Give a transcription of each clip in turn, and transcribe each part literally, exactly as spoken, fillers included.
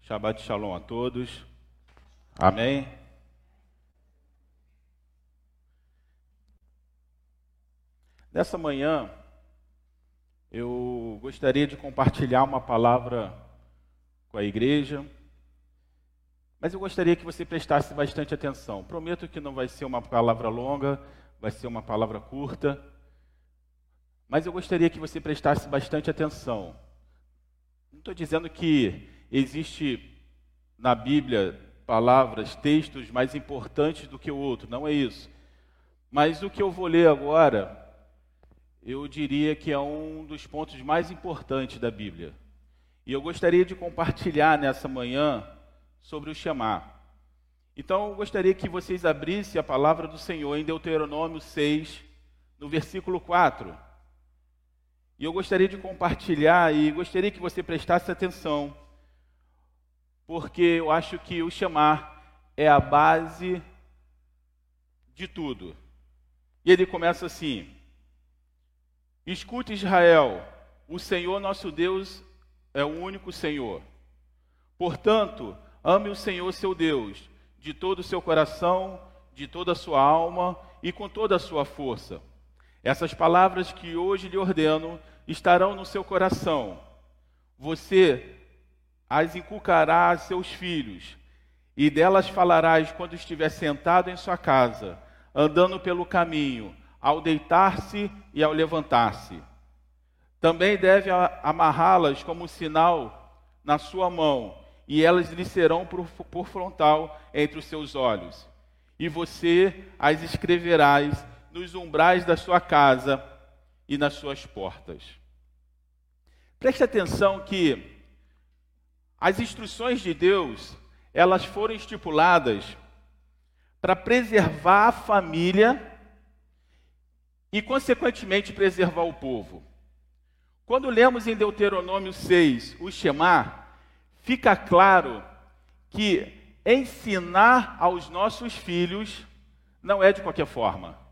Shabbat Shalom a todos. Amém. Nessa manhã, eu gostaria de compartilhar uma palavra com a igreja, mas eu gostaria que você prestasse bastante atenção. Prometo que não vai ser uma palavra longa, vai ser uma palavra curta, mas eu gostaria que você prestasse bastante atenção. Não estou dizendo que existe na Bíblia palavras, textos mais importantes do que o outro, não é isso. Mas o que eu vou ler agora, eu diria que é um dos pontos mais importantes da Bíblia. E eu gostaria de compartilhar nessa manhã sobre o chamar. Então eu gostaria que vocês abrissem a palavra do Senhor em Deuteronômio seis, no versículo quatro. E eu gostaria de compartilhar e gostaria que você prestasse atenção, porque eu acho que o chamar é a base de tudo. E ele começa assim: escute, Israel, o Senhor nosso Deus é o único Senhor. Portanto, ame o Senhor seu Deus de todo o seu coração, de toda a sua alma e com toda a sua força. Essas palavras que hoje lhe ordeno estarão no seu coração. Você as inculcará a seus filhos, e delas falarás quando estiver sentado em sua casa, andando pelo caminho, ao deitar-se e ao levantar-se. Também deve amarrá-las como sinal na sua mão, e elas lhe serão por, por frontal entre os seus olhos. E você as escreverás nos umbrais da sua casa e nas suas portas. Preste atenção que as instruções de Deus, elas foram estipuladas para preservar a família e, consequentemente, preservar o povo. Quando lemos em Deuteronômio seis, o Shemar, fica claro que ensinar aos nossos filhos não é de qualquer forma.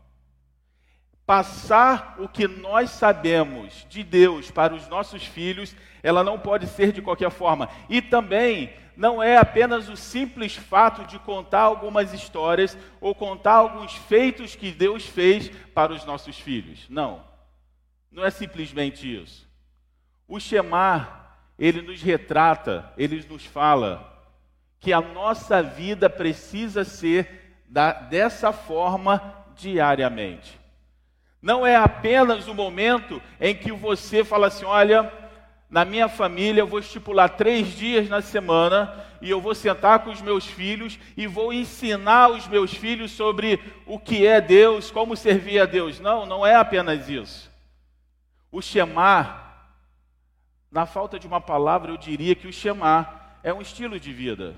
Passar o que nós sabemos de Deus para os nossos filhos, ela não pode ser de qualquer forma. E também não é apenas o simples fato de contar algumas histórias ou contar alguns feitos que Deus fez para os nossos filhos. Não, não é simplesmente isso. O Shemar, ele nos retrata, ele nos fala que a nossa vida precisa ser da, dessa forma diariamente. Não é apenas o momento em que você fala assim: olha, na minha família eu vou estipular três dias na semana e eu vou sentar com os meus filhos e vou ensinar os meus filhos sobre o que é Deus, como servir a Deus. Não, não é apenas isso. O Shemar, na falta de uma palavra, eu diria que o Shemar é um estilo de vida.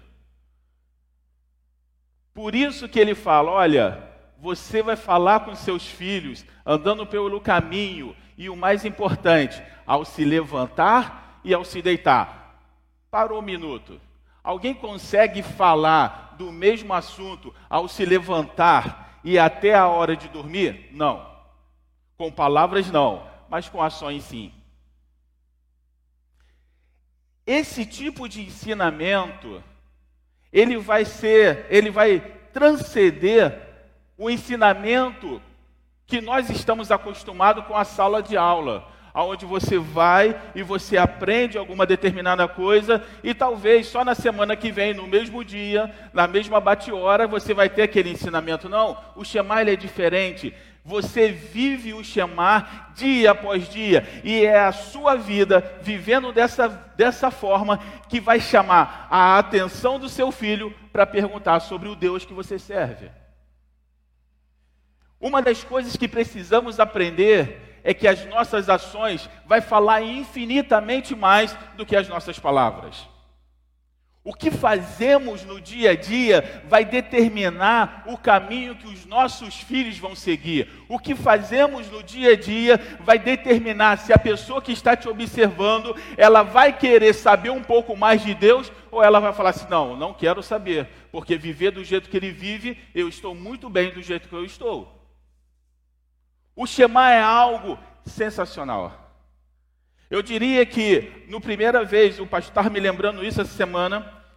Por isso que ele fala: olha, você vai falar com seus filhos andando pelo caminho e, o mais importante, ao se levantar e ao se deitar. Parou um minuto. Alguém consegue falar do mesmo assunto ao se levantar e até a hora de dormir? Não. Com palavras não, mas com ações sim. Esse tipo de ensinamento, ele vai ser, ele vai transcender o ensinamento que nós estamos acostumados com a sala de aula, onde você vai e você aprende alguma determinada coisa e talvez só na semana que vem, no mesmo dia, na mesma bate-hora, você vai ter aquele ensinamento. Não, o Shemar ele é diferente. Você vive o Shemar dia após dia e é a sua vida vivendo dessa, dessa forma que vai chamar a atenção do seu filho para perguntar sobre o Deus que você serve. Uma das coisas que precisamos aprender é que as nossas ações vai falar infinitamente mais do que as nossas palavras. O que fazemos no dia a dia vai determinar o caminho que os nossos filhos vão seguir. O que fazemos no dia a dia vai determinar se a pessoa que está te observando, ela vai querer saber um pouco mais de Deus ou ela vai falar assim: não, não quero saber, porque viver do jeito que ele vive, eu estou muito bem do jeito que eu estou. O Shemar é algo sensacional. Eu diria que, no primeira vez, o pastor estava me lembrando isso essa semana,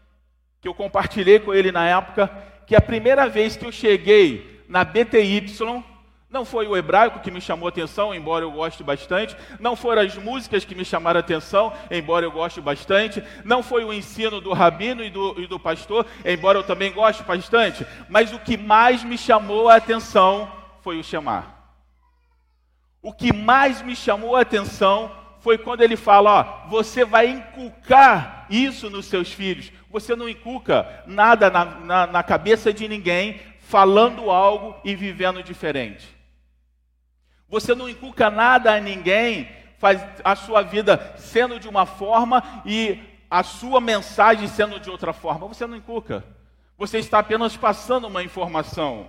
que eu compartilhei com ele na época, que a primeira vez que eu cheguei na B T Y, não foi o hebraico que me chamou a atenção, embora eu goste bastante, não foram as músicas que me chamaram a atenção, embora eu goste bastante, não foi o ensino do rabino e do, e do pastor, embora eu também goste bastante, mas o que mais me chamou a atenção foi o Shema. O que mais me chamou a atenção foi quando ele fala, ó, você vai inculcar isso nos seus filhos. Você não inculca nada na, na, na cabeça de ninguém, falando algo e vivendo diferente. Você não inculca nada a ninguém, faz a sua vida sendo de uma forma e a sua mensagem sendo de outra forma. Você não inculca. Você está apenas passando uma informação.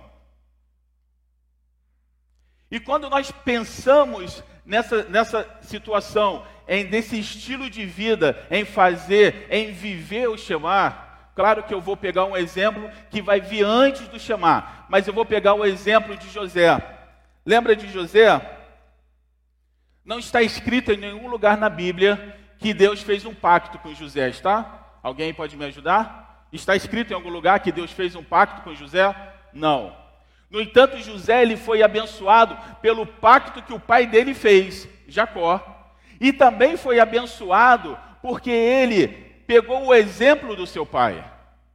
E quando nós pensamos nessa, nessa situação, em desse estilo de vida, em fazer, em viver o Shema, claro que eu vou pegar um exemplo que vai vir antes do Shema, mas eu vou pegar o exemplo de José. Lembra de José? Não está escrito em nenhum lugar na Bíblia que Deus fez um pacto com José, está? Alguém pode me ajudar? Está escrito em algum lugar que Deus fez um pacto com José? Não. No entanto, José ele foi abençoado pelo pacto que o pai dele fez, Jacó, e também foi abençoado porque ele pegou o exemplo do seu pai.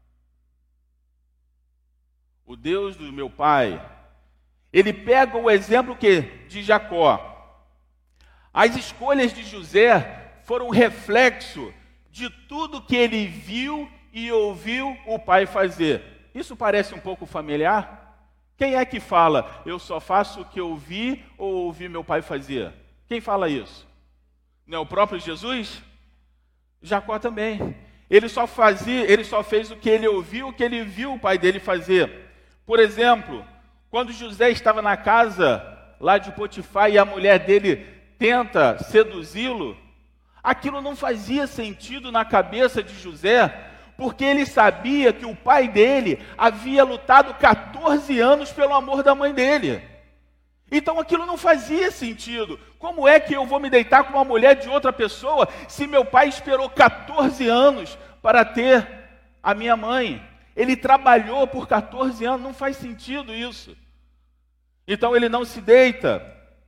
O Deus do meu pai, ele pega o exemplo que de Jacó. As escolhas de José foram um reflexo de tudo que ele viu e ouviu o pai fazer. Isso parece um pouco familiar? Quem é que fala, eu só faço o que eu vi ou ouvi meu pai fazer? Quem fala isso? Não é o próprio Jesus? Jacó também. Ele só fazia, ele só fez o que ele ouviu, o que ele viu o pai dele fazer. Por exemplo, quando José estava na casa lá de Potifar e a mulher dele tenta seduzi-lo, aquilo não fazia sentido na cabeça de José, porque ele sabia que o pai dele havia lutado quatorze anos pelo amor da mãe dele. Então aquilo não fazia sentido. Como é que eu vou me deitar com uma mulher de outra pessoa se meu pai esperou quatorze anos para ter a minha mãe? Ele trabalhou por quatorze anos, não faz sentido isso. Então ele não se deita.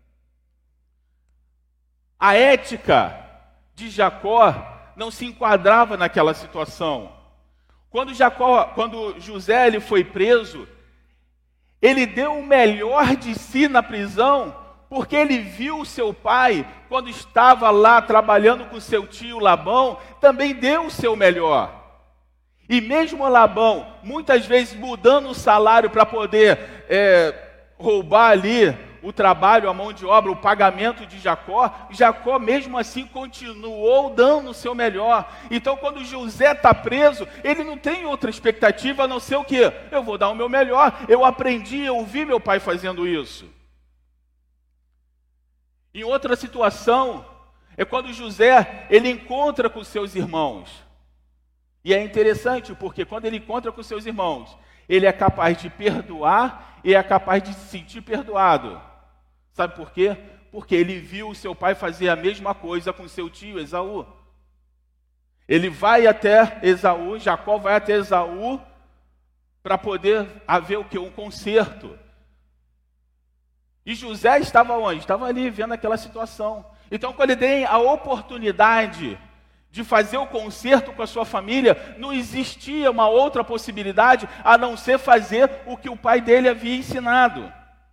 A ética de Jacó não se enquadrava naquela situação. Quando Jacó, quando José ele foi preso, ele deu o melhor de si na prisão, porque ele viu o seu pai, quando estava lá trabalhando com seu tio Labão, também deu o seu melhor. E mesmo Labão, muitas vezes mudando o salário para poder é, roubar ali o trabalho, a mão de obra, o pagamento de Jacó, Jacó mesmo assim continuou dando o seu melhor. Então quando José está preso, ele não tem outra expectativa a não ser o quê? Eu vou dar o meu melhor, eu aprendi, eu vi meu pai fazendo isso. Em outra situação, é quando José, ele encontra com seus irmãos. E é interessante, porque quando ele encontra com seus irmãos, ele é capaz de perdoar e é capaz de se sentir perdoado. Sabe por quê? Porque ele viu o seu pai fazer a mesma coisa com seu tio Esaú. Ele vai até Esaú, Jacó vai até Esaú para poder haver o quê? Um conserto. E José estava onde? Estava ali vendo aquela situação. Então, quando ele tem a oportunidade de fazer o conserto com a sua família, não existia uma outra possibilidade a não ser fazer o que o pai dele havia ensinado.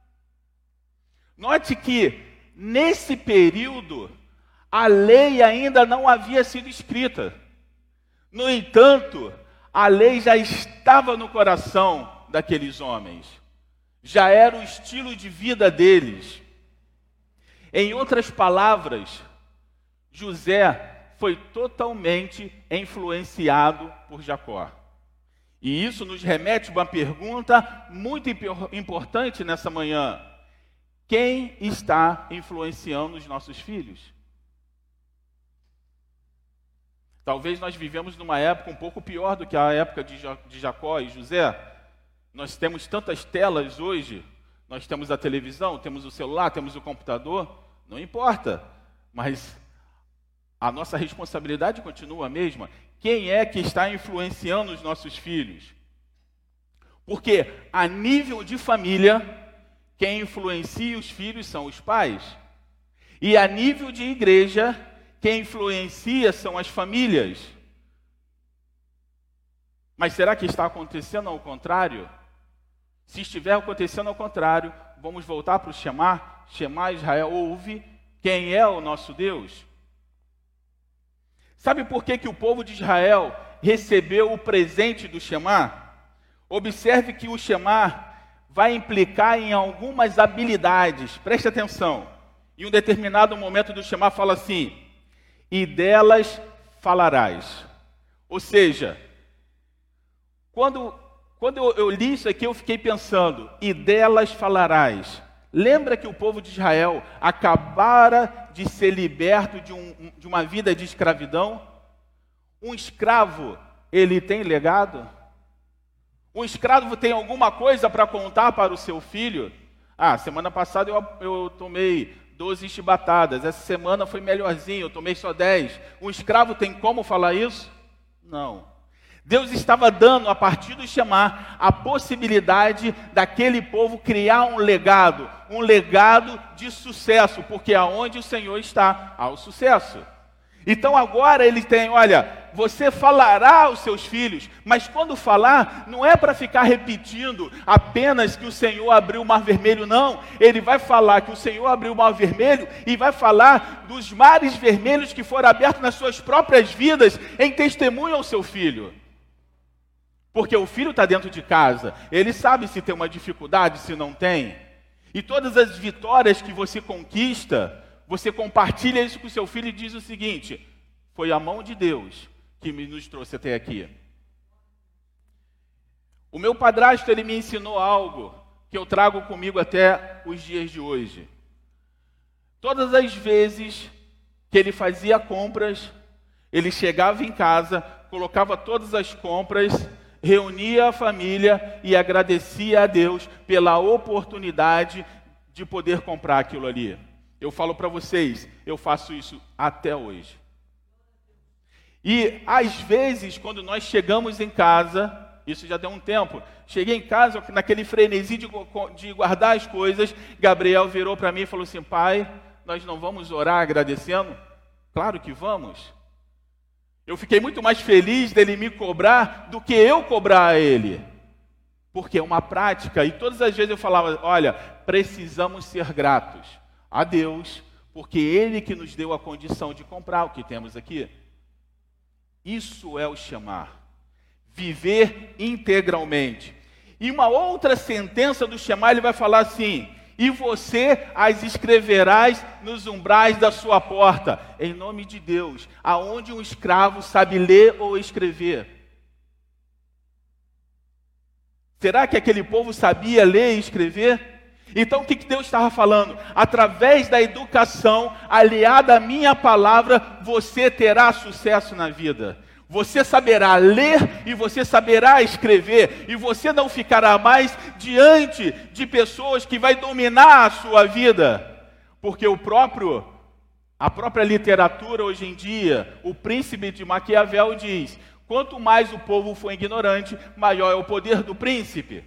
Note que, nesse período, a lei ainda não havia sido escrita. No entanto, a lei já estava no coração daqueles homens. Já era o estilo de vida deles. Em outras palavras, José foi totalmente influenciado por Jacó. E isso nos remete a uma pergunta muito importante nessa manhã. Quem está influenciando os nossos filhos? Talvez nós vivemos numa época um pouco pior do que a época de Jacó e José. Nós temos tantas telas hoje, nós temos a televisão, temos o celular, temos o computador, não importa, mas a nossa responsabilidade continua a mesma. quem é que está influenciando os nossos filhos. Porque a nível de família, quem influencia os filhos são os pais. E a nível de igreja, quem influencia são as famílias. Mas será que está acontecendo ao contrário? Se estiver acontecendo ao contrário, vamos voltar para o Shema. Shema Israel, ouve quem é o nosso Deus. Sabe por que, que o povo de Israel recebeu o presente do Shema? Observe que o Shema vai implicar em algumas habilidades. Preste atenção. Em um determinado momento do Shema fala assim: e delas falarás. Ou seja, quando, quando eu, eu li isso aqui, eu fiquei pensando, e delas falarás. Lembra que o povo de Israel acabara de ser liberto de, um, de uma vida de escravidão? Um escravo, ele tem legado? Um escravo tem alguma coisa para contar para o seu filho? Ah, semana passada eu, eu tomei doze chibatadas, essa semana foi melhorzinho, eu tomei só dez. Um escravo tem como falar isso? Não. Deus estava dando, a partir do Shema, a possibilidade daquele povo criar um legado, um legado de sucesso, porque aonde o Senhor está, há o sucesso. Então agora ele tem, olha, você falará aos seus filhos, mas quando falar, não é para ficar repetindo apenas que o Senhor abriu o mar vermelho, não. Ele vai falar que o Senhor abriu o mar vermelho e vai falar dos mares vermelhos que foram abertos nas suas próprias vidas em testemunho ao seu filho. Porque o filho está dentro de casa, ele sabe se tem uma dificuldade, se não tem. E todas as vitórias que você conquista, você compartilha isso com o seu filho e diz o seguinte: foi a mão de Deus que me nos trouxe até aqui. O meu padrasto, ele me ensinou algo que eu trago comigo até os dias de hoje. Todas as vezes que ele fazia compras, ele chegava em casa, colocava todas as compras, reunia a família e agradecia a Deus pela oportunidade de poder comprar aquilo ali. Eu falo para vocês, eu faço isso até hoje. E às vezes, quando nós chegamos em casa, isso já deu um tempo, cheguei em casa naquele frenesi de, de guardar as coisas, Gabriel virou para mim e falou assim: pai, nós não vamos orar agradecendo? Claro que vamos. Eu fiquei muito mais feliz dele me cobrar do que eu cobrar a ele. Porque é uma prática, e todas as vezes eu falava: olha, precisamos ser gratos a Deus, porque Ele que nos deu a condição de comprar o que temos aqui. Isso é o chamar. Viver integralmente. E uma outra sentença do chamar, ele vai falar assim: e você as escreverás nos umbrais da sua porta, em nome de Deus, aonde um escravo sabe ler ou escrever. Será que aquele povo sabia ler e escrever? Então o que Deus estava falando? Através da educação, aliada à minha palavra, você terá sucesso na vida. Você saberá ler e você saberá escrever. E você não ficará mais diante de pessoas que vai dominar a sua vida. Porque o próprio, a própria literatura hoje em dia, o príncipe de Maquiavel diz: quanto mais o povo for ignorante, maior é o poder do príncipe.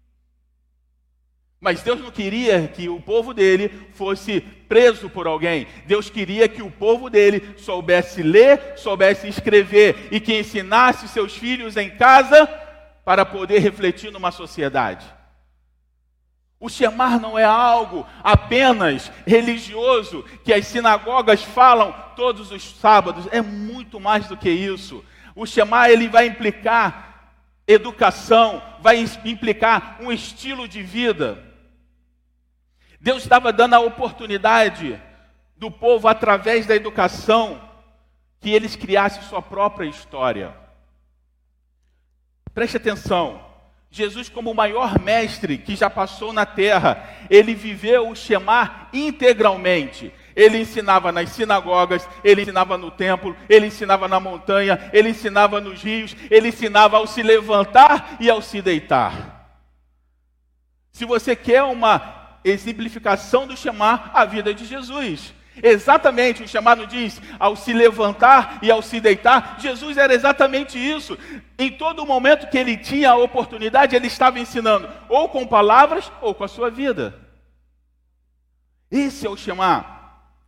Mas Deus não queria que o povo dele fosse preso por alguém. Deus queria que o povo dele soubesse ler, soubesse escrever e que ensinasse seus filhos em casa para poder refletir numa sociedade. O chamar não é algo apenas religioso que as sinagogas falam todos os sábados. É muito mais do que isso. O chamar, ele vai implicar educação, vai implicar um estilo de vida. Deus estava dando a oportunidade do povo, através da educação, que eles criassem sua própria história. Preste atenção, Jesus, como o maior mestre que já passou na terra, ele viveu o chamar integralmente. Ele ensinava nas sinagogas, ele ensinava no templo, ele ensinava na montanha, ele ensinava nos rios, ele ensinava ao se levantar e ao se deitar. Se você quer uma exemplificação do chamar, a vida de Jesus. Exatamente, o chamado diz, ao se levantar e ao se deitar, Jesus era exatamente isso. Em todo momento que ele tinha a oportunidade, ele estava ensinando, ou com palavras, ou com a sua vida. Esse é o chamado.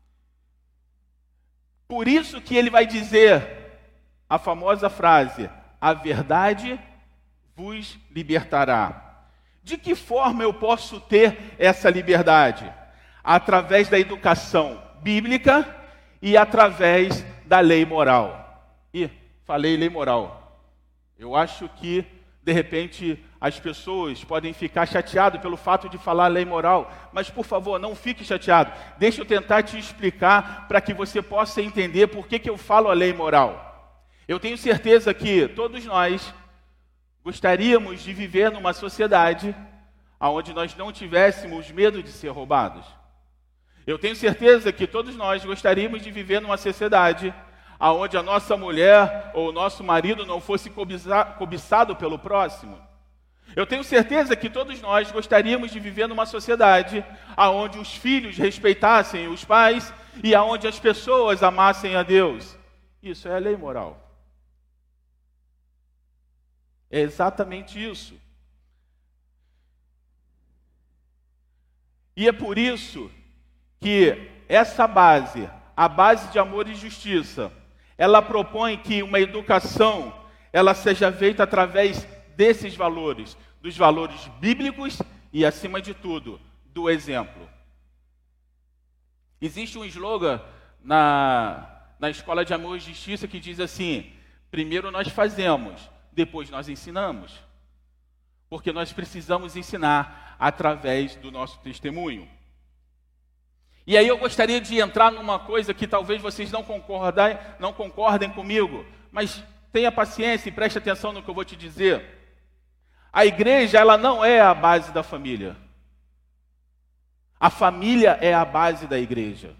Por isso que ele vai dizer a famosa frase, a verdade vos libertará. De que forma eu posso ter essa liberdade? Através da educação bíblica e através da lei moral. E falei lei moral. Eu acho que, de repente, as pessoas podem ficar chateadas pelo fato de falar lei moral, mas, por favor, não fique chateado. Deixa eu tentar te explicar para que você possa entender por que, que eu falo a lei moral. Eu tenho certeza que todos nós gostaríamos de viver numa sociedade onde nós não tivéssemos medo de ser roubados. Eu tenho certeza que todos nós gostaríamos de viver numa sociedade onde a nossa mulher ou o nosso marido não fosse cobiçado pelo próximo. Eu tenho certeza que todos nós gostaríamos de viver numa sociedade onde os filhos respeitassem os pais e onde as pessoas amassem a Deus. Isso é a lei moral. É exatamente isso. E é por isso que essa base, a base de amor e justiça, ela propõe que uma educação, ela seja feita através desses valores, dos valores bíblicos e, acima de tudo, do exemplo. Existe um slogan na, na Escola de Amor e Justiça que diz assim, primeiro nós fazemos, depois nós ensinamos. Porque nós precisamos ensinar através do nosso testemunho. E aí eu gostaria de entrar numa coisa que talvez vocês não concordem, não concordem comigo, mas tenha paciência e preste atenção no que eu vou te dizer. A igreja, ela não é a base da família. A família é a base da igreja.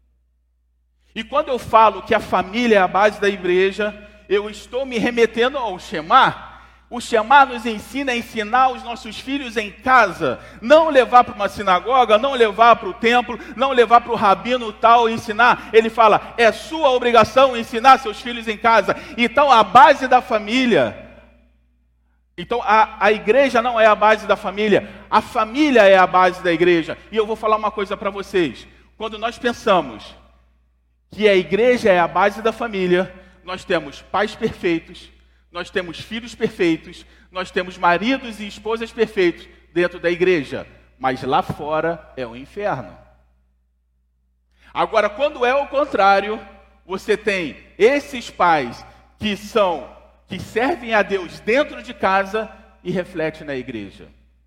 E quando eu falo que a família é a base da igreja, eu estou me remetendo ao Shema. O Shema nos ensina a ensinar os nossos filhos em casa, não levar para uma sinagoga, não levar para o templo, não levar para o rabino tal e ensinar. Ele fala, é sua obrigação ensinar seus filhos em casa. Então a base da família, então a, a igreja não é a base da família, a família é a base da igreja. E eu vou falar uma coisa para vocês, quando nós pensamos que a igreja é a base da família, nós temos pais perfeitos, nós temos filhos perfeitos, nós temos maridos e esposas perfeitos dentro da igreja, mas lá fora é o inferno. Agora, quando é o contrário, você tem esses pais que são, que servem a Deus dentro de casa e refletem na igreja.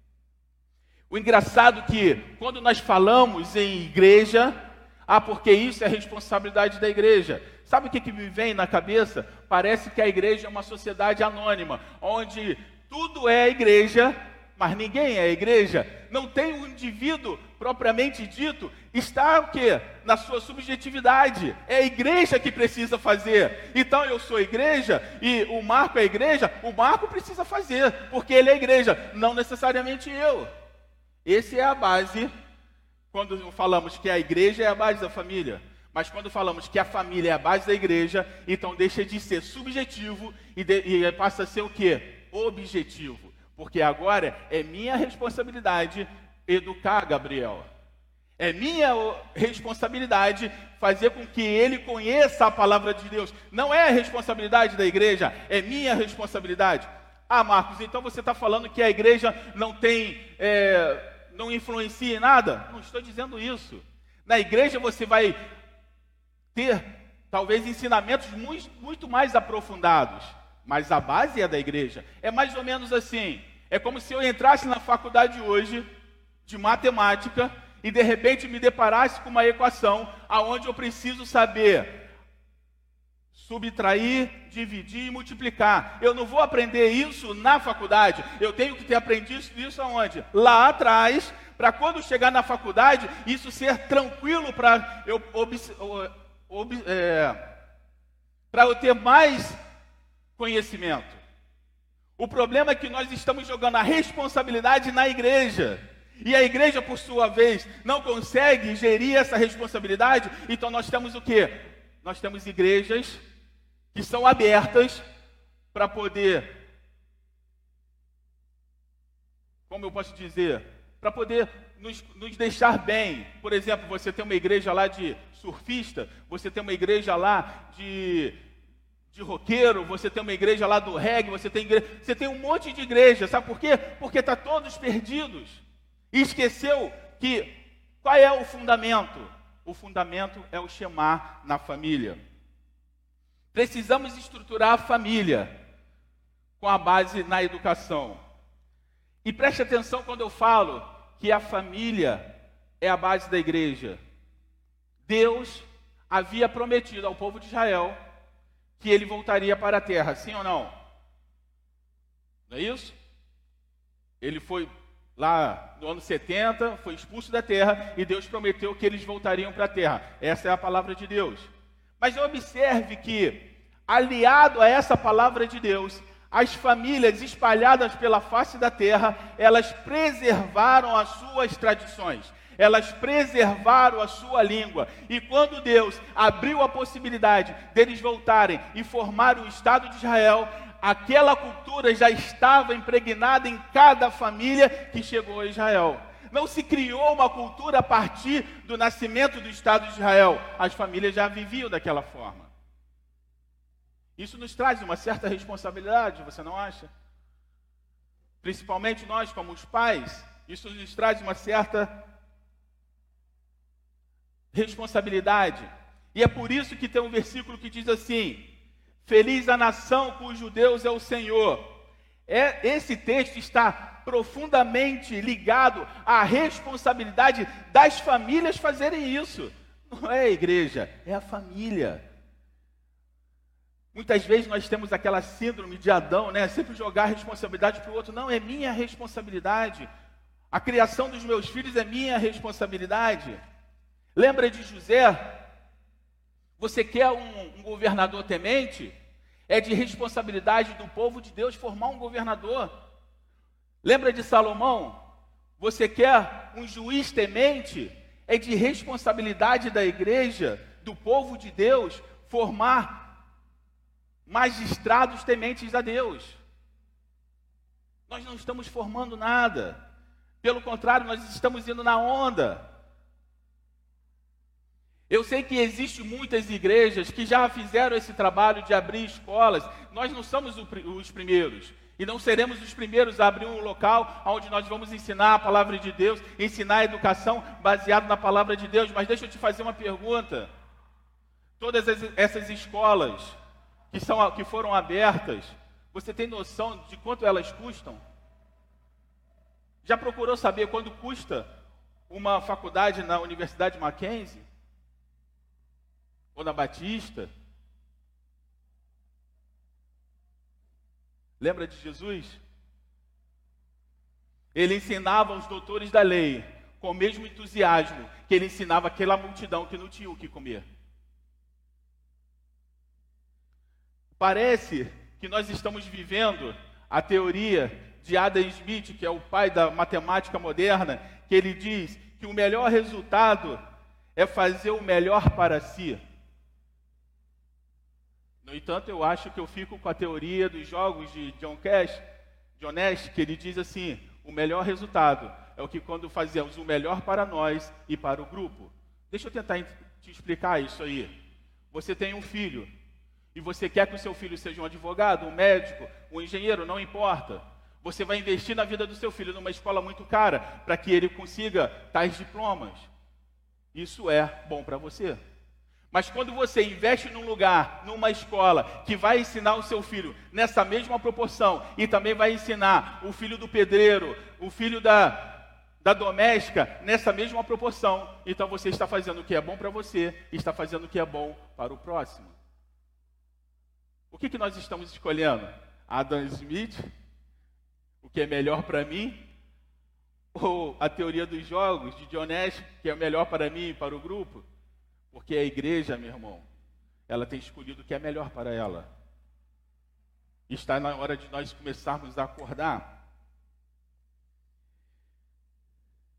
O engraçado é que, quando nós falamos em igreja, ah, porque isso é responsabilidade da igreja. Sabe o que, que me vem na cabeça? Parece que a igreja é uma sociedade anônima, onde tudo é a igreja, mas ninguém é a igreja. Não tem um indivíduo propriamente dito, está o quê? Na sua subjetividade. É a igreja que precisa fazer. Então eu sou igreja e o Marco é a igreja, o Marco precisa fazer, porque ele é a igreja, não necessariamente eu. Essa é a base, quando falamos que a igreja é a base da família. Mas quando falamos que a família é a base da igreja, então deixa de ser subjetivo e, de, e passa a ser o quê? Objetivo. Porque agora é minha responsabilidade educar Gabriel. É minha responsabilidade fazer com que ele conheça a palavra de Deus. Não é a responsabilidade da igreja, é minha responsabilidade. Ah, Marcos, então você está falando que a igreja não tem, é, não influencia em nada? Não estou dizendo isso. Na igreja você vai ter, talvez, ensinamentos muito, muito mais aprofundados. Mas a base é da igreja. É mais ou menos assim. É como se eu entrasse na faculdade hoje, de matemática, e de repente me deparasse com uma equação, onde eu preciso saber subtrair, dividir e multiplicar. Eu não vou aprender isso na faculdade. Eu tenho que ter aprendido isso aonde? Lá atrás, para quando chegar na faculdade, isso ser tranquilo para eu... É, para eu ter mais conhecimento. O problema é que nós estamos jogando a responsabilidade na igreja. E a igreja, por sua vez, não consegue gerir essa responsabilidade. Então nós temos o quê? Nós temos igrejas que são abertas para poder, como eu posso dizer, para poder nos, nos deixar bem. Por exemplo, você tem uma igreja lá de surfista, você tem uma igreja lá de, de roqueiro, você tem uma igreja lá do reggae, você tem, igreja, você tem um monte de igreja. Sabe por quê? Porque está todos perdidos. E esqueceu que, qual é o fundamento? O fundamento é o Shema na família. Precisamos estruturar a família com a base na educação. E preste atenção quando eu falo que a família é a base da igreja. Deus havia prometido ao povo de Israel que ele voltaria para a terra, sim ou não? Não é isso? Ele foi lá no ano setenta, foi expulso da terra e Deus prometeu que eles voltariam para a terra. Essa é a palavra de Deus. Mas observe que, aliado a essa palavra de Deus, as famílias espalhadas pela face da terra, elas preservaram as suas tradições, elas preservaram a sua língua. E quando Deus abriu a possibilidade deles voltarem e formar o Estado de Israel, aquela cultura já estava impregnada em cada família que chegou a Israel. Não se criou uma cultura a partir do nascimento do Estado de Israel. As famílias já viviam daquela forma. Isso nos traz uma certa responsabilidade, você não acha? Principalmente nós, como os pais, isso nos traz uma certa responsabilidade. E é por isso que tem um versículo que diz assim: feliz a nação cujo Deus é o Senhor. É, esse texto está profundamente ligado à responsabilidade das famílias fazerem isso. Não é a igreja, é a família. Muitas vezes nós temos aquela síndrome de Adão, né? Sempre jogar a responsabilidade para o outro. Não, é minha responsabilidade. A criação dos meus filhos é minha responsabilidade. Lembra de José? Você quer um, um governador temente? É de responsabilidade do povo de Deus formar um governador. Lembra de Salomão? Você quer um juiz temente? É de responsabilidade da igreja, do povo de Deus, formar magistrados tementes a Deus. Nós não estamos formando nada. Pelo contrário, nós estamos indo na onda. Eu sei que existem muitas igrejas que já fizeram esse trabalho de abrir escolas. Nós não somos os primeiros. E não seremos os primeiros a abrir um local onde nós vamos ensinar a palavra de Deus, ensinar a educação baseada na palavra de Deus. Mas deixa eu te fazer uma pergunta. Todas essas escolas que, são, que foram abertas, você tem noção de quanto elas custam? Já procurou saber quanto custa uma faculdade na Universidade Mackenzie? Ou na Batista? Lembra de Jesus? Ele ensinava os doutores da lei com o mesmo entusiasmo que ele ensinava aquela multidão que não tinha o que comer. Parece que nós estamos vivendo a teoria de Adam Smith, que é o pai da matemática moderna, que ele diz que o melhor resultado é fazer o melhor para si. No entanto, eu acho que eu fico com a teoria dos jogos de John Cash, John Nash, que ele diz assim: o melhor resultado é o que quando fazemos o melhor para nós e para o grupo. Deixa eu tentar te explicar isso aí. Você tem um filho, e você quer que o seu filho seja um advogado, um médico, um engenheiro, não importa. Você vai investir na vida do seu filho numa escola muito cara, para que ele consiga tais diplomas. Isso é bom para você. Mas quando você investe num lugar, numa escola, que vai ensinar o seu filho nessa mesma proporção, e também vai ensinar o filho do pedreiro, o filho da, da doméstica, nessa mesma proporção, então você está fazendo o que é bom para você, e está fazendo o que é bom para o próximo. O que, que nós estamos escolhendo? Adam Smith? O que é melhor para mim? Ou a teoria dos jogos de John Nash, que é melhor para mim e para o grupo? Porque a igreja, meu irmão, ela tem escolhido o que é melhor para ela. E está na hora de nós começarmos a acordar.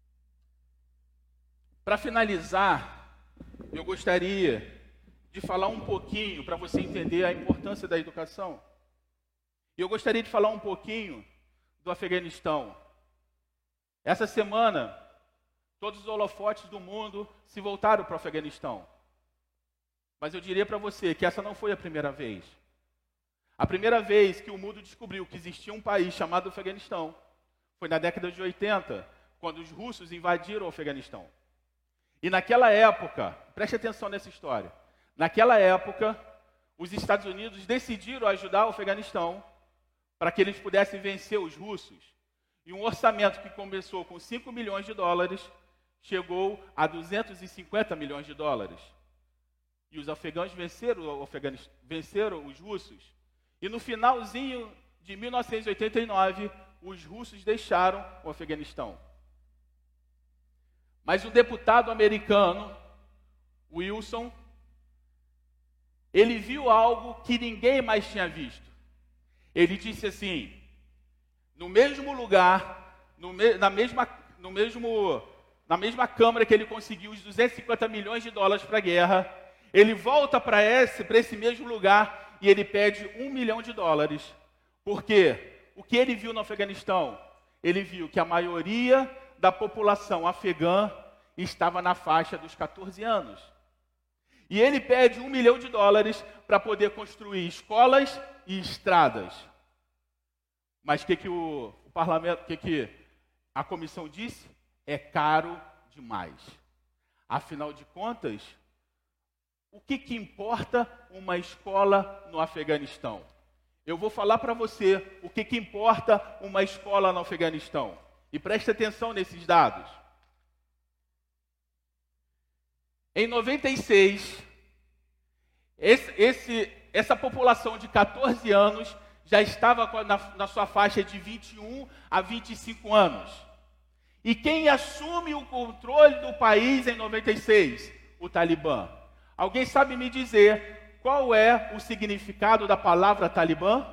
Para finalizar, eu gostaria de falar um pouquinho, para você entender a importância da educação. Eu gostaria de falar um pouquinho do Afeganistão. Essa semana, todos os holofotes do mundo se voltaram para o Afeganistão. Mas eu diria para você que essa não foi a primeira vez. A primeira vez que o mundo descobriu que existia um país chamado Afeganistão foi na década de oitenta, quando os russos invadiram o Afeganistão. E naquela época, preste atenção nessa história, naquela época, os Estados Unidos decidiram ajudar o Afeganistão para que eles pudessem vencer os russos. E um orçamento que começou com cinco milhões de dólares chegou a duzentos e cinquenta milhões de dólares. E os afegãos venceram, o Afeganist... venceram os russos. E no finalzinho de mil novecentos e oitenta e nove, os russos deixaram o Afeganistão. Mas um deputado americano, Wilson, ele viu algo que ninguém mais tinha visto. Ele disse assim, no mesmo lugar, no, me, na, mesma, no mesmo, na mesma Câmara que ele conseguiu os duzentos e cinquenta milhões de dólares para a guerra, ele volta para esse, para esse mesmo lugar e ele pede um milhão de dólares. Porque o que ele viu no Afeganistão? Ele viu que a maioria da população afegã estava na faixa dos catorze anos. E ele pede um milhão de dólares para poder construir escolas e estradas. Mas o que, que o, o parlamento, o que, que a comissão disse? É caro demais. Afinal de contas, o que, que importa uma escola no Afeganistão? Eu vou falar para você o que, que importa uma escola no Afeganistão. E preste atenção nesses dados. Em noventa e seis, esse, esse, essa população de catorze anos já estava na, na sua faixa de vinte e um a vinte e cinco anos. E quem assume o controle do país em noventa e seis? O Talibã. Alguém sabe me dizer qual é o significado da palavra Talibã?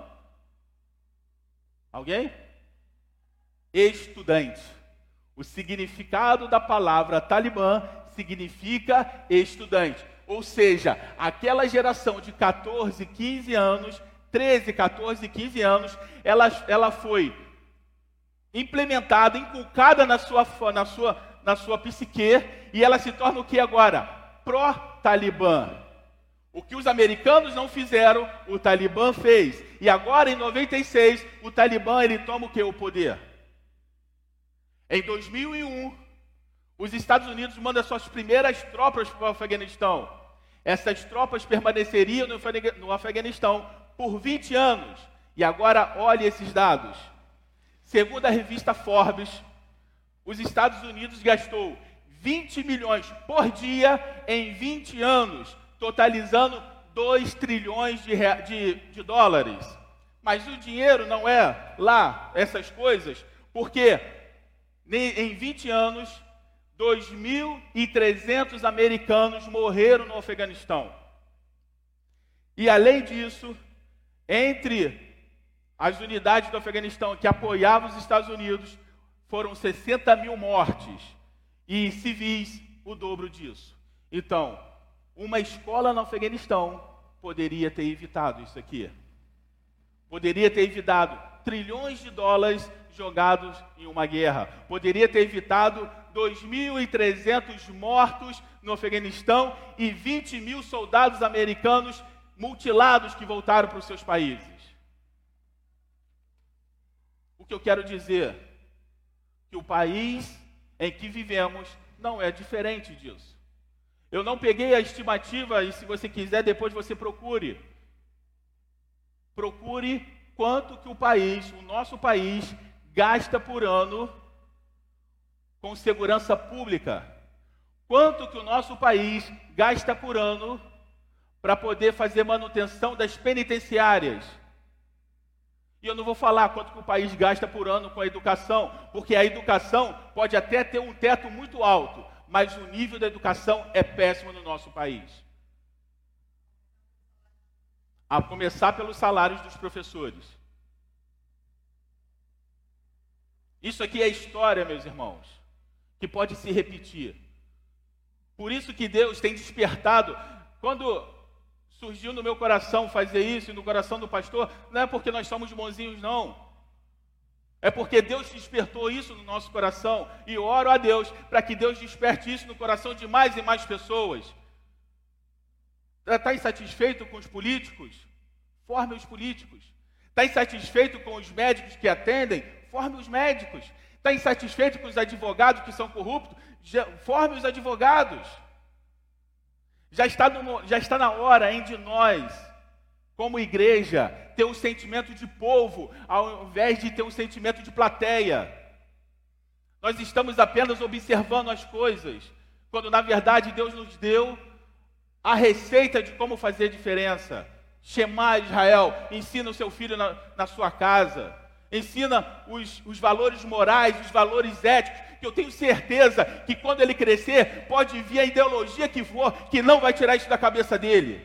Alguém? Estudante. O significado da palavra Talibã significa estudante. Ou seja, aquela geração de catorze, quinze anos, treze, catorze, quinze anos, ela, ela foi implementada, inculcada na sua, na, sua, na sua psique, e ela se torna o que agora? Pró-Talibã. O que os americanos não fizeram, o Talibã fez. E agora, em noventa e seis, o Talibã ele toma o que? O poder. Em dois mil e um, os Estados Unidos mandam suas primeiras tropas para o Afeganistão. Essas tropas permaneceriam no Afeganistão por vinte anos. E agora, olhe esses dados. Segundo a revista Forbes, os Estados Unidos gastou vinte milhões por dia em vinte anos, totalizando dois trilhões de, de, de dólares. Mas o dinheiro não é lá, essas coisas, porque em vinte anos, dois mil e trezentos americanos morreram no Afeganistão. E além disso, entre as unidades do Afeganistão que apoiavam os Estados Unidos, foram sessenta mil mortes. E civis, o dobro disso. Então, uma escola no Afeganistão poderia ter evitado isso aqui. Poderia ter evitado trilhões de dólares jogados em uma guerra. Poderia ter evitado dois mil e trezentos mortos no Afeganistão e vinte mil soldados americanos mutilados que voltaram para os seus países. O que eu quero dizer? Que o país em que vivemos não é diferente disso. Eu não peguei a estimativa, e se você quiser, depois você procure. Procure quanto que o país, o nosso país, gasta por ano com segurança pública. Quanto que o nosso país gasta por ano para poder fazer manutenção das penitenciárias. E eu não vou falar quanto que o país gasta por ano com a educação, porque a educação pode até ter um teto muito alto, mas o nível da educação é péssimo no nosso país. A começar pelos salários dos professores. Isso aqui é história, meus irmãos, que pode se repetir. Por isso que Deus tem despertado. Quando surgiu no meu coração fazer isso, e no coração do pastor, não é porque nós somos bonzinhos, não. É porque Deus despertou isso no nosso coração. E oro a Deus para que Deus desperte isso no coração de mais e mais pessoas. Está insatisfeito com os políticos? Forme os políticos. Está insatisfeito com os médicos que atendem? Forme os médicos. Está insatisfeito com os advogados que são corruptos? Forme os advogados. Já está, no, já está na hora hein, de nós, como igreja, ter um sentimento de povo, ao invés de ter um sentimento de plateia. Nós estamos apenas observando as coisas, quando na verdade Deus nos deu a receita de como fazer diferença. Shema Israel, ensina o seu filho na, na sua casa. Ensina os, os valores morais, os valores éticos, que eu tenho certeza que quando ele crescer, pode vir a ideologia que for, que não vai tirar isso da cabeça dele.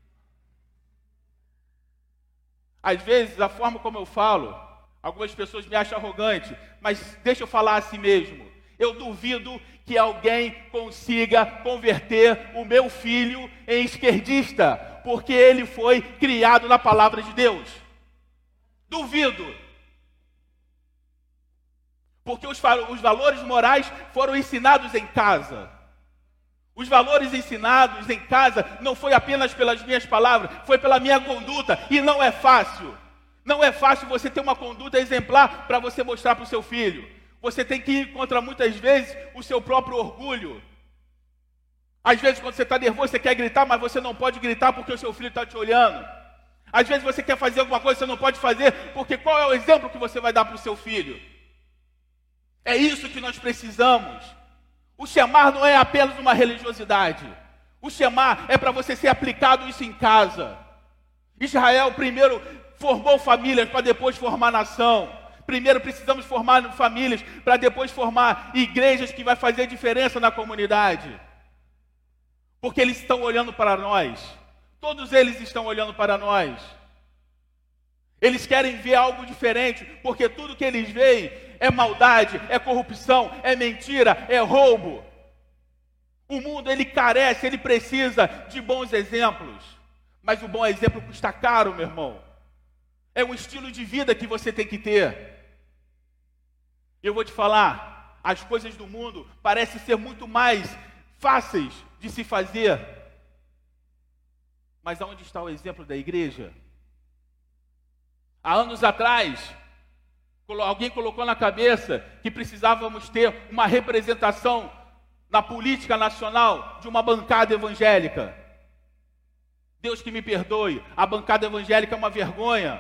Às vezes, a forma como eu falo, algumas pessoas me acham arrogante, mas deixa eu falar assim mesmo. Eu duvido que alguém consiga converter o meu filho em esquerdista, porque ele foi criado na palavra de Deus. Duvido. Porque os, os valores morais foram ensinados em casa. Os valores ensinados em casa não foi apenas pelas minhas palavras, foi pela minha conduta. E não é fácil. Não é fácil você ter uma conduta exemplar para você mostrar para o seu filho. Você tem que ir contra, muitas vezes, o seu próprio orgulho. Às vezes, quando você está nervoso, você quer gritar, mas você não pode gritar porque o seu filho está te olhando. Às vezes, você quer fazer alguma coisa, você não pode fazer, porque qual é o exemplo que você vai dar para o seu filho? É isso que nós precisamos. O chamar não é apenas uma religiosidade. O chamar é para você ser aplicado isso em casa. Israel primeiro formou famílias para depois formar nação. Primeiro precisamos formar famílias para depois formar igrejas que vai fazer diferença na comunidade. Porque eles estão olhando para nós. Todos eles estão olhando para nós. Eles querem ver algo diferente, porque tudo que eles veem é maldade, é corrupção, é mentira, é roubo. O mundo, ele carece, ele precisa de bons exemplos. Mas o bom exemplo custa caro, meu irmão. É um estilo de vida que você tem que ter. Eu vou te falar, as coisas do mundo parecem ser muito mais fáceis de se fazer. Mas aonde está o exemplo da igreja? Há anos atrás, alguém colocou na cabeça que precisávamos ter uma representação na política nacional de uma bancada evangélica. Deus que me perdoe, a bancada evangélica é uma vergonha.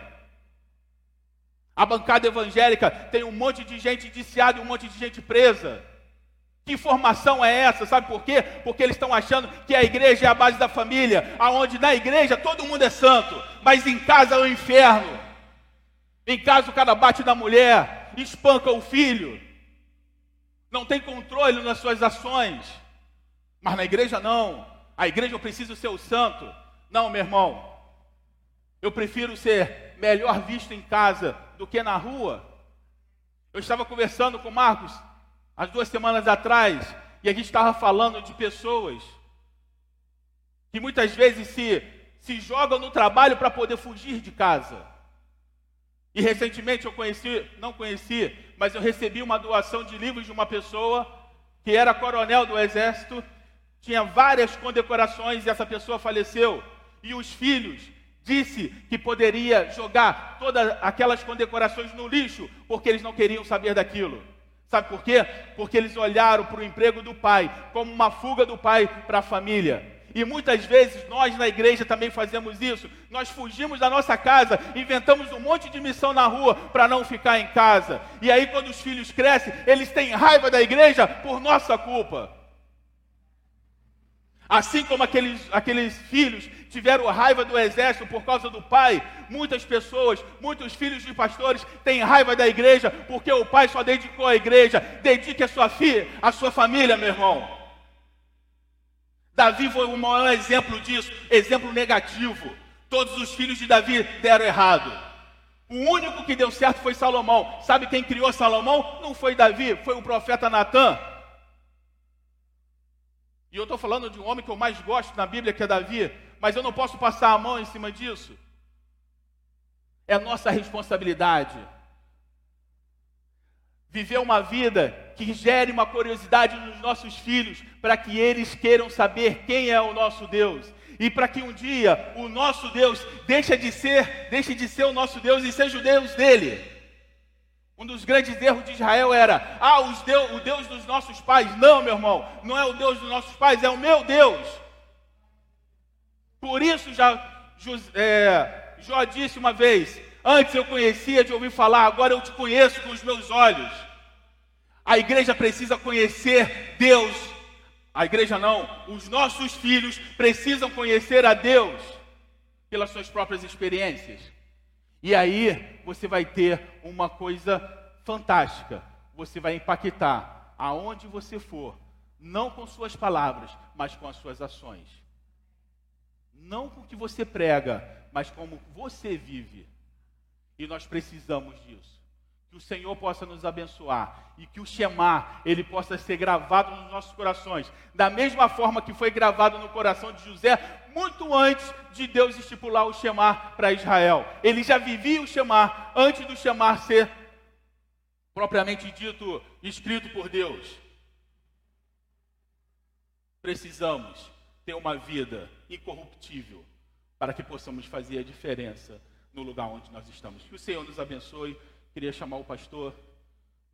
A bancada evangélica tem um monte de gente indiciada e um monte de gente presa. Que informação é essa? Sabe por quê? Porque eles estão achando que a igreja é a base da família, aonde na igreja todo mundo é santo, mas em casa é o inferno. Em casa o cara bate na mulher, espanca o filho, não tem controle nas suas ações. Mas na igreja não. A igreja eu preciso ser o santo. Não, meu irmão. Eu prefiro ser melhor visto em casa do que na rua. Eu estava conversando com o Marcos há duas semanas atrás, e a gente estava falando de pessoas que muitas vezes se, se jogam no trabalho para poder fugir de casa. E recentemente eu conheci, não conheci, mas eu recebi uma doação de livros de uma pessoa que era coronel do exército, tinha várias condecorações e essa pessoa faleceu. E os filhos disse que poderia jogar todas aquelas condecorações no lixo, porque eles não queriam saber daquilo. Sabe por quê? Porque eles olharam para o emprego do pai como uma fuga do pai para a família. E muitas vezes nós na igreja também fazemos isso. Nós fugimos da nossa casa, inventamos um monte de missão na rua para não ficar em casa. E aí quando os filhos crescem, eles têm raiva da igreja por nossa culpa. Assim como aqueles, aqueles filhos tiveram raiva do exército por causa do pai, muitas pessoas, muitos filhos de pastores têm raiva da igreja porque o pai só dedicou à igreja. Dedique a sua filha, a sua família, meu irmão. Davi foi o maior exemplo disso, exemplo negativo. Todos os filhos de Davi deram errado. O único que deu certo foi Salomão. Sabe quem criou Salomão? Não foi Davi, foi o profeta Natã. E eu estou falando de um homem que eu mais gosto na Bíblia, que é Davi, mas eu não posso passar a mão em cima disso. É nossa responsabilidade viver uma vida que gere uma curiosidade nos nossos filhos, para que eles queiram saber quem é o nosso Deus. E para que um dia o nosso Deus deixe de ser, deixe de ser o nosso Deus e seja o Deus dele. Um dos grandes erros de Israel era, ah, os Deus, o Deus dos nossos pais. Não, meu irmão, não é o Deus dos nossos pais, é o meu Deus. Por isso já é, Jó disse uma vez, antes eu conhecia de ouvir falar, agora eu te conheço com os meus olhos. A igreja precisa conhecer Deus. A igreja não, os nossos filhos precisam conhecer a Deus pelas suas próprias experiências. E aí você vai ter uma coisa fantástica. Você vai impactar aonde você for, não com suas palavras, mas com as suas ações. Não com o que você prega, mas como você vive. E nós precisamos disso. Que o Senhor possa nos abençoar e que o Shema, ele possa ser gravado nos nossos corações, da mesma forma que foi gravado no coração de José, muito antes de Deus estipular o Shema para Israel. Ele já vivia o Shema antes do Shema ser propriamente dito, escrito por Deus. Precisamos ter uma vida incorruptível para que possamos fazer a diferença no lugar onde nós estamos. Que o Senhor nos abençoe. Queria chamar o pastor